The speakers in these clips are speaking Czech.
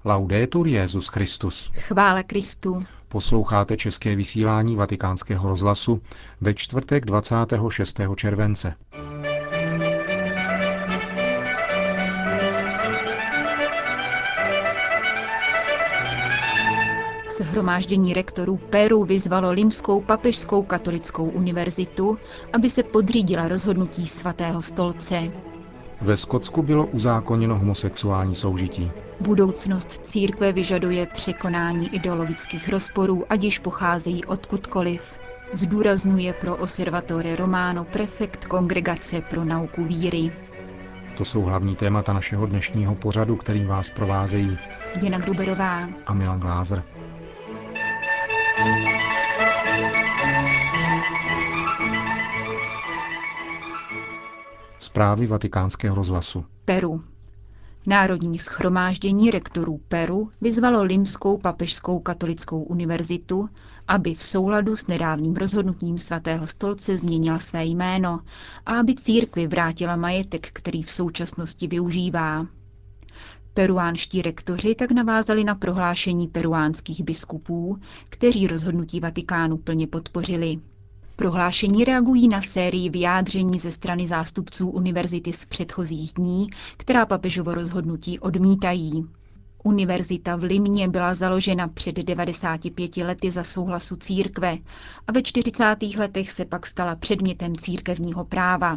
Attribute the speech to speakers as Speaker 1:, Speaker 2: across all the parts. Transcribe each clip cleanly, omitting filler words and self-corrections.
Speaker 1: Laudetur Jesus Christus.
Speaker 2: Chvála Kristu.
Speaker 1: Posloucháte české vysílání Vatikánského rozhlasu ve čtvrtek 26. července.
Speaker 2: Shromáždění rektorů Peru vyzvalo Limskou papežskou katolickou univerzitu, aby se podřídila rozhodnutí Svatého stolce.
Speaker 1: Ve Skotsku bylo uzákoněno homosexuální soužití.
Speaker 2: Budoucnost církve vyžaduje překonání ideologických rozporů, ať již pocházejí odkudkoliv, zdůrazňuje pro Osservatore Romano prefekt Kongregace pro nauku víry.
Speaker 1: To jsou hlavní témata našeho dnešního pořadu, kterým vás provázejí
Speaker 2: Jana Gruberová
Speaker 1: a Milan Glázer. Zprávy Vatikánského rozhlasu.
Speaker 2: Peru. Národní shromáždění rektorů Peru vyzvalo Limskou papežskou katolickou univerzitu, aby v souladu s nedávným rozhodnutím Svatého stolce změnila své jméno a aby církvi vrátila majetek, který v současnosti využívá. Peruánští rektoři tak navázali na prohlášení peruánských biskupů, kteří rozhodnutí Vatikánu plně podpořili. Prohlášení reagují na sérii vyjádření ze strany zástupců univerzity z předchozích dní, která papežovo rozhodnutí odmítají. Univerzita v Limně byla založena před 95 lety za souhlasu církve a ve 40. letech se pak stala předmětem církevního práva.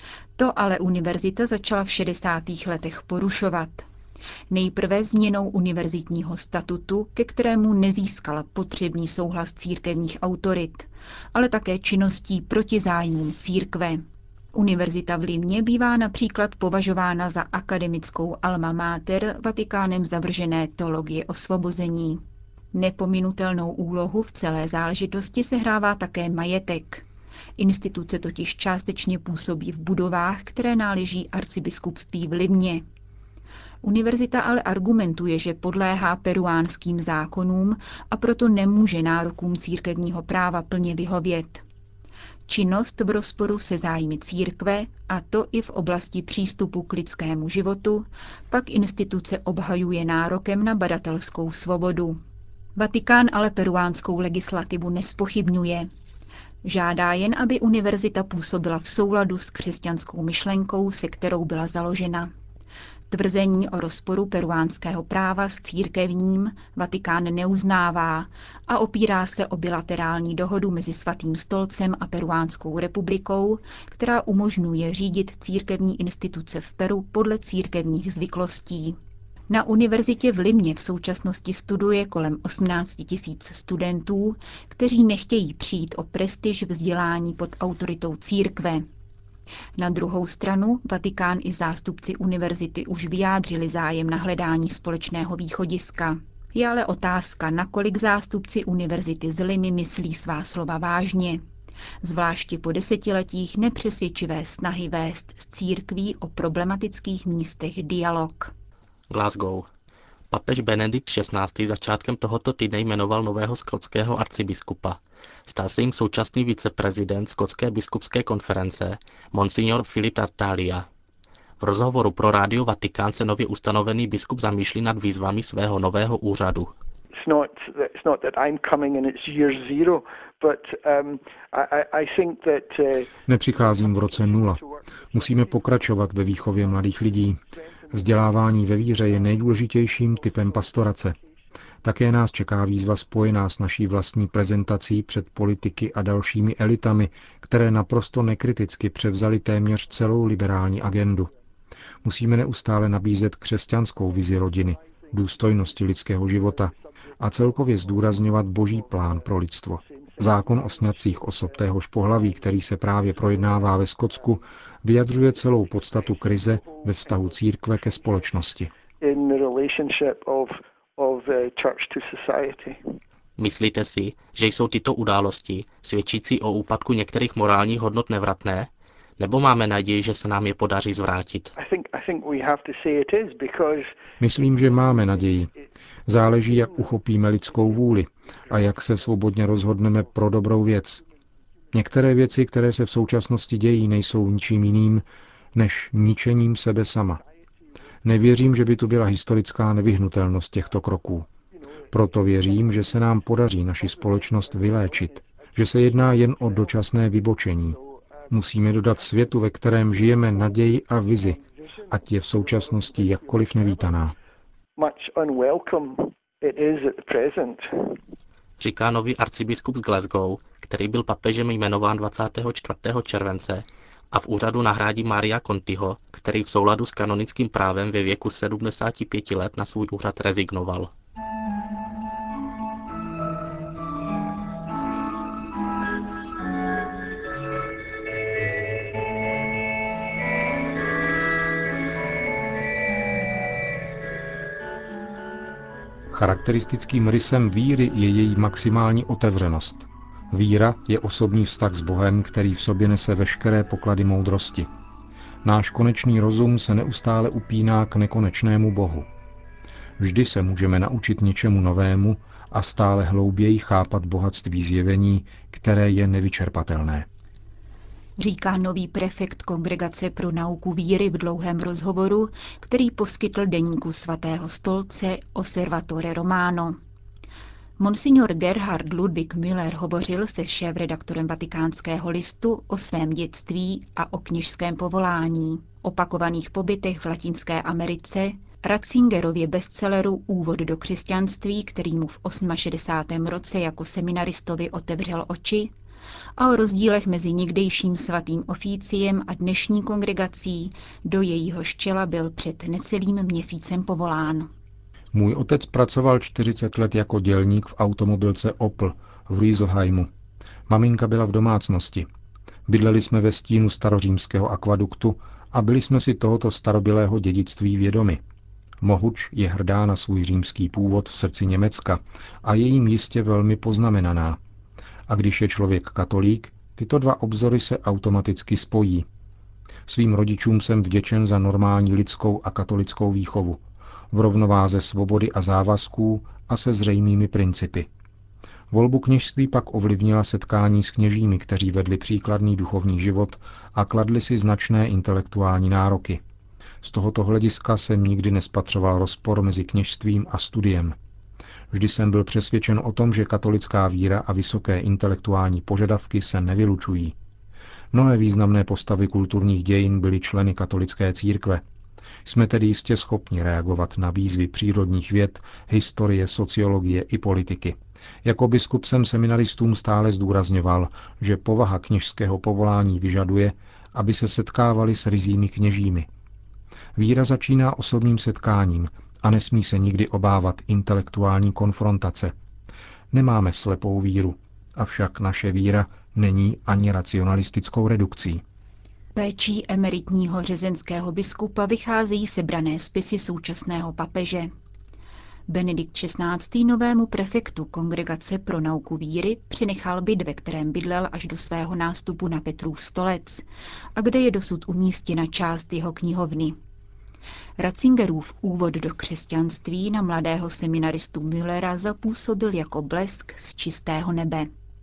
Speaker 2: To ale univerzita začala v 60. letech porušovat. Nejprve změnou univerzitního statutu, ke kterému nezískala potřebný souhlas církevních autorit, ale také činností proti zájmům církve. Univerzita v Limně bývá například považována za akademickou alma mater Vatikánem zavržené teologie osvobození. Nepominutelnou úlohu v celé záležitosti sehrává také majetek. Instituce totiž částečně působí v budovách, které náleží arcibiskupství v Limně. Univerzita ale argumentuje, že podléhá peruánským zákonům a proto nemůže nárokům církevního práva plně vyhovět. Činnost v rozporu se zájmy církve, a to i v oblasti přístupu k lidskému životu, pak instituce obhajuje nárokem na badatelskou svobodu. Vatikán ale peruánskou legislativu nespochybňuje. Žádá jen, aby univerzita působila v souladu s křesťanskou myšlenkou, se kterou byla založena. Tvrzení o rozporu peruánského práva s církevním Vatikán neuznává a opírá se o bilaterální dohodu mezi Svatým stolcem a Peruánskou republikou, která umožňuje řídit církevní instituce v Peru podle církevních zvyklostí. Na univerzitě v Limně v současnosti studuje kolem 18 000 studentů, kteří nechtějí přijít o prestiž vzdělání pod autoritou církve. Na druhou stranu Vatikán i zástupci univerzity už vyjádřili zájem na hledání společného východiska. Je ale otázka, nakolik zástupci univerzity z Limy myslí svá slova vážně. Zvláště po desetiletích nepřesvědčivé snahy vést s církví o problematických místech dialog.
Speaker 3: Glasgow. Papež Benedikt XVI. Začátkem tohoto týdne jmenoval nového skotského arcibiskupa. Stal se jim současný viceprezident Skotské biskupské konference, monsignor Philip Tartaglia. V rozhovoru pro rádio Vatikán se nově ustanovený biskup zamýšlí nad výzvami svého nového úřadu.
Speaker 1: Nepřicházím v roce 0. Musíme pokračovat ve výchově mladých lidí. Vzdělávání ve víře je nejdůležitějším typem pastorace. Také nás čeká výzva spojená s naší vlastní prezentací před politiky a dalšími elitami, které naprosto nekriticky převzaly téměř celou liberální agendu. Musíme neustále nabízet křesťanskou vizi rodiny, důstojnosti lidského života a celkově zdůrazňovat boží plán pro lidstvo. Zákon o sňatcích osob téhož pohlaví, který se právě projednává ve Skotsku, vyjadřuje celou podstatu krize ve vztahu církve ke společnosti.
Speaker 3: Myslíte si, že jsou tyto události, svědčící o úpadku některých morálních hodnot, nevratné? Nebo máme naději, že se nám je podaří zvrátit?
Speaker 1: Myslím, že máme naději. Záleží, jak uchopíme lidskou vůli a jak se svobodně rozhodneme pro dobrou věc. Některé věci, které se v současnosti dějí, nejsou ničím jiným, než ničením sebe sama. Nevěřím, že by tu byla historická nevyhnutelnost těchto kroků. Proto věřím, že se nám podaří naši společnost vyléčit, že se jedná jen o dočasné vybočení. Musíme dodat světu, ve kterém žijeme, naději a vizi, ať je v současnosti jakkoliv nevítaná.
Speaker 3: Říká nový arcibiskup z Glasgow, který byl papežem jmenován 24. července a v úřadu nahrádí Maria Contiho, který v souladu s kanonickým právem ve věku 75 let na svůj úřad rezignoval.
Speaker 1: Charakteristickým rysem víry je její maximální otevřenost. Víra je osobní vztah s Bohem, který v sobě nese veškeré poklady moudrosti. Náš konečný rozum se neustále upíná k nekonečnému Bohu. Vždy se můžeme naučit něčemu novému a stále hlouběji chápat bohatství zjevení, které je nevyčerpatelné.
Speaker 2: Říká nový prefekt Kongregace pro nauku víry v dlouhém rozhovoru, který poskytl deníku Svatého stolce Osservatore Romano. Monsignor Gerhard Ludwig Müller hovořil se šéfredaktorem Vatikánského listu o svém dětství a o kněžském povolání, opakovaných pobytech v Latinské Americe, Ratzingerově bestselleru Úvod do křesťanství, který mu v 68. roce jako seminaristovi otevřel oči, a o rozdílech mezi někdejším svatým oficiem a dnešní kongregací, do jejíhož čela byl před necelým měsícem povolán.
Speaker 1: Můj otec pracoval 40 let jako dělník v automobilce Opel v Rieselheimu. Maminka byla v domácnosti. Bydleli jsme ve stínu starořímského akvaduktu a byli jsme si tohoto starobylého dědictví vědomi. Mohuč je hrdá na svůj římský původ v srdci Německa a je jim jistě velmi poznamenaná. A když je člověk katolík, tyto dva obzory se automaticky spojí. Svým rodičům jsem vděčen za normální lidskou a katolickou výchovu, v rovnováze svobody a závazků a se zřejmými principy. Volbu kněžství pak ovlivnila setkání s kněžími, kteří vedli příkladný duchovní život a kladli si značné intelektuální nároky. Z tohoto hlediska jsem nikdy nespatřoval rozpor mezi kněžstvím a studiem. Vždy jsem byl přesvědčen o tom, že katolická víra a vysoké intelektuální požadavky se nevylučují. Mnohé významné postavy kulturních dějin byly členy katolické církve. Jsme tedy jistě schopni reagovat na výzvy přírodních věd, historie, sociologie i politiky. Jako biskup jsem seminaristům stále zdůrazňoval, že povaha kněžského povolání vyžaduje, aby se setkávali s ryzími kněžími. Víra začíná osobním setkáním a nesmí se nikdy obávat intelektuální konfrontace. Nemáme slepou víru, avšak naše víra není ani racionalistickou redukcí.
Speaker 2: Péčí emeritního řezenského biskupa vycházejí sebrané spisy současného papeže. Benedikt XVI. Novému prefektu Kongregace pro nauku víry přenechal byt, ve kterém bydlel až do svého nástupu na Petrův stolec a kde je dosud umístěna část jeho knihovny. Ratzingerův úvod do křesťanství na mladého seminaristu Müllera zapůsobil jako blesk z čistého nebe.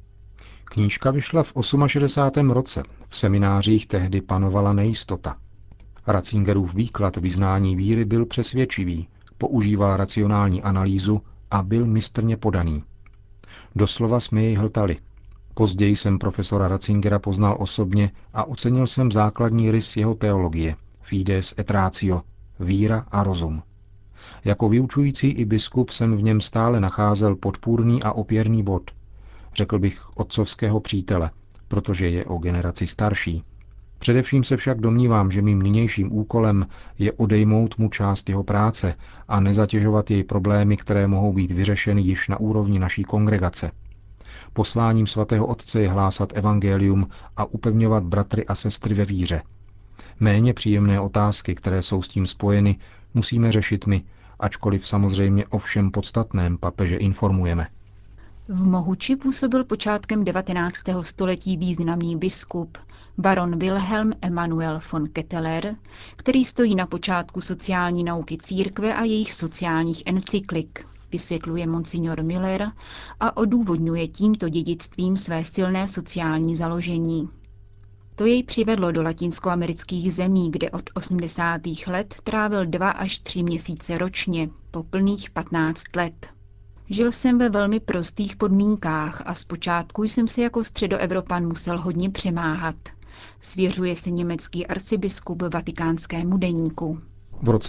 Speaker 1: Knížka vyšla v 68. roce. V seminářích tehdy panovala nejistota. Ratzingerův výklad vyznání víry byl přesvědčivý, používal racionální analýzu a byl mistrně podaný. Doslova jsme jej hltali. Později jsem profesora Ratzingera poznal osobně a ocenil jsem základní rys jeho teologie, fides et ratio, víra a rozum. Jako vyučující i biskup jsem v něm stále nacházel podpůrný a opěrný bod. Řekl bych otcovského přítele, protože je o generaci starší. Především se však domnívám, že mým nynějším úkolem je odejmout mu část jeho práce a nezatěžovat jej problémy, které mohou být vyřešeny již na úrovni naší kongregace. Posláním svatého otce je hlásat evangelium a upevňovat bratry a sestry ve víře. Méně příjemné otázky, které jsou s tím spojeny, musíme řešit my, ačkoliv samozřejmě o všem podstatném papeže informujeme.
Speaker 2: V Mohuči působil počátkem 19. století významný biskup, baron Wilhelm Emanuel von Ketteler, který stojí na počátku sociální nauky církve a jejich sociálních encyklik, vysvětluje monsignor Müller a odůvodňuje tímto dědictvím své silné sociální založení. To jej přivedlo do latinskoamerických zemí, kde od 80. let trávil 2 až 3 měsíce ročně, po plných 15 let. Žil jsem ve velmi prostých podmínkách a zpočátku jsem se jako středoevropan musel hodně přemáhat. Svěřuje se německý arcibiskup Vatikánskému deníku.
Speaker 1: V roce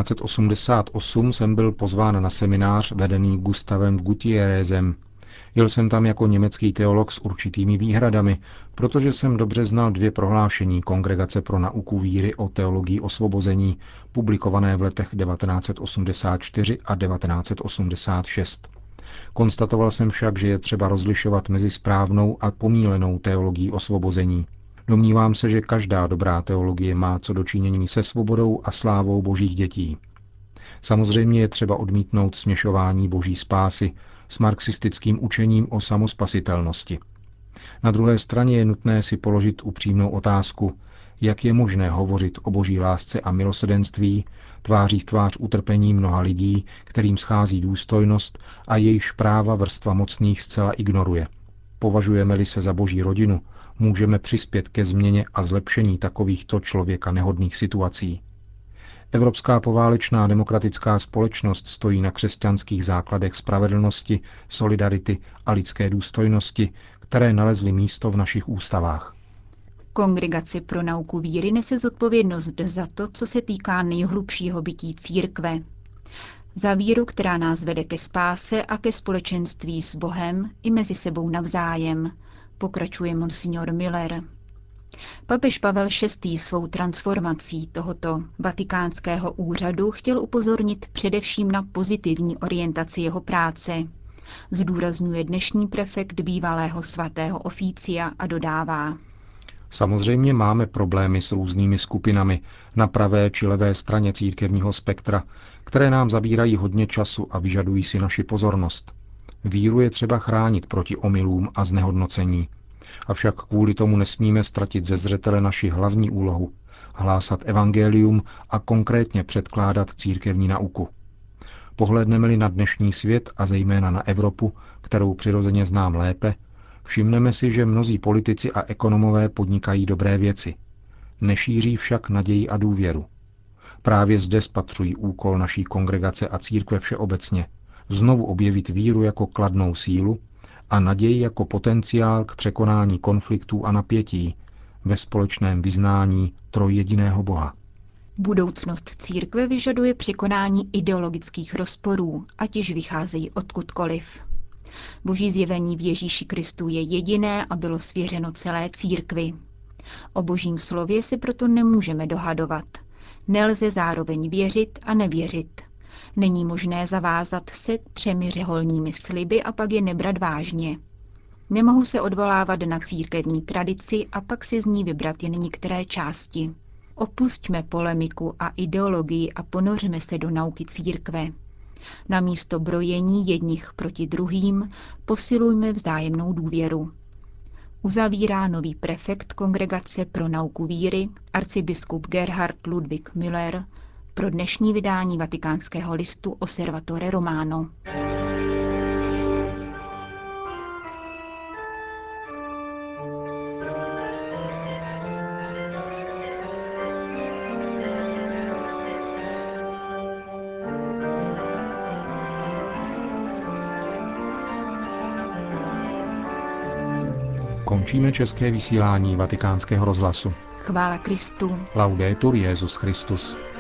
Speaker 1: 1988 jsem byl pozván na seminář vedený Gustavem Gutierrezem. Jel jsem tam jako německý teolog s určitými výhradami, protože jsem dobře znal 2 prohlášení Kongregace pro nauku víry o teologii osvobození, publikované v letech 1984 a 1986. Konstatoval jsem však, že je třeba rozlišovat mezi správnou a pomílenou teologií osvobození. Domnívám se, že každá dobrá teologie má co do činění se svobodou a slávou božích dětí. Samozřejmě je třeba odmítnout směšování boží spásy s marxistickým učením o samospasitelnosti. Na druhé straně je nutné si položit upřímnou otázku, jak je možné hovořit o boží lásce a milosrdenství tváří v tvář utrpení mnoha lidí, kterým schází důstojnost a jejichž práva vrstva mocných zcela ignoruje. Považujeme-li se za boží rodinu, můžeme přispět ke změně a zlepšení takovýchto člověka nehodných situací. Evropská poválečná demokratická společnost stojí na křesťanských základech spravedlnosti, solidarity a lidské důstojnosti, které nalezly místo v našich ústavách.
Speaker 2: Kongregace pro nauku víry nese zodpovědnost za to, co se týká nejhlubšího bytí církve. Za víru, která nás vede ke spáse a ke společenství s Bohem i mezi sebou navzájem, pokračuje monsignor Miller. Papež Pavel VI. Svou transformací tohoto vatikánského úřadu chtěl upozornit především na pozitivní orientaci jeho práce. Zdůrazňuje dnešní prefekt bývalého svatého oficia a dodává:
Speaker 1: Samozřejmě máme problémy s různými skupinami na pravé či levé straně církevního spektra, které nám zabírají hodně času a vyžadují si naši pozornost. Víru je třeba chránit proti omylům a znehodnocení. Avšak kvůli tomu nesmíme ztratit ze zřetele naši hlavní úlohu – hlásat evangelium a konkrétně předkládat církevní nauku. Pohlédneme-li na dnešní svět a zejména na Evropu, kterou přirozeně znám lépe, všimneme si, že mnozí politici a ekonomové podnikají dobré věci. Nešíří však naději a důvěru. Právě zde spatřují úkol naší kongregace a církve všeobecně – znovu objevit víru jako kladnou sílu a naději jako potenciál k překonání konfliktů a napětí ve společném vyznání trojjediného Boha.
Speaker 2: Budoucnost církve vyžaduje překonání ideologických rozporů, ať již vycházejí odkudkoliv. Boží zjevení v Ježíši Kristu je jediné a bylo svěřeno celé církvi. O Božím slově se proto nemůžeme dohadovat. Nelze zároveň věřit a nevěřit. Není možné zavázat se 3 řeholními sliby a pak je nebrat vážně. Nemohu se odvolávat na církevní tradici a pak si z ní vybrat jen některé části. Opusťme polemiku a ideologii a ponořme se do nauky církve. Namísto brojení jedních proti druhým posilujme vzájemnou důvěru. Uzavírá nový prefekt Kongregace pro nauku víry, arcibiskup Gerhard Ludwig Müller, pro dnešní vydání vatikánského listu Osservatore Romano.
Speaker 1: Končíme české vysílání Vatikánského rozhlasu.
Speaker 2: Chvála Kristu.
Speaker 1: Laudetur Jesus Christus.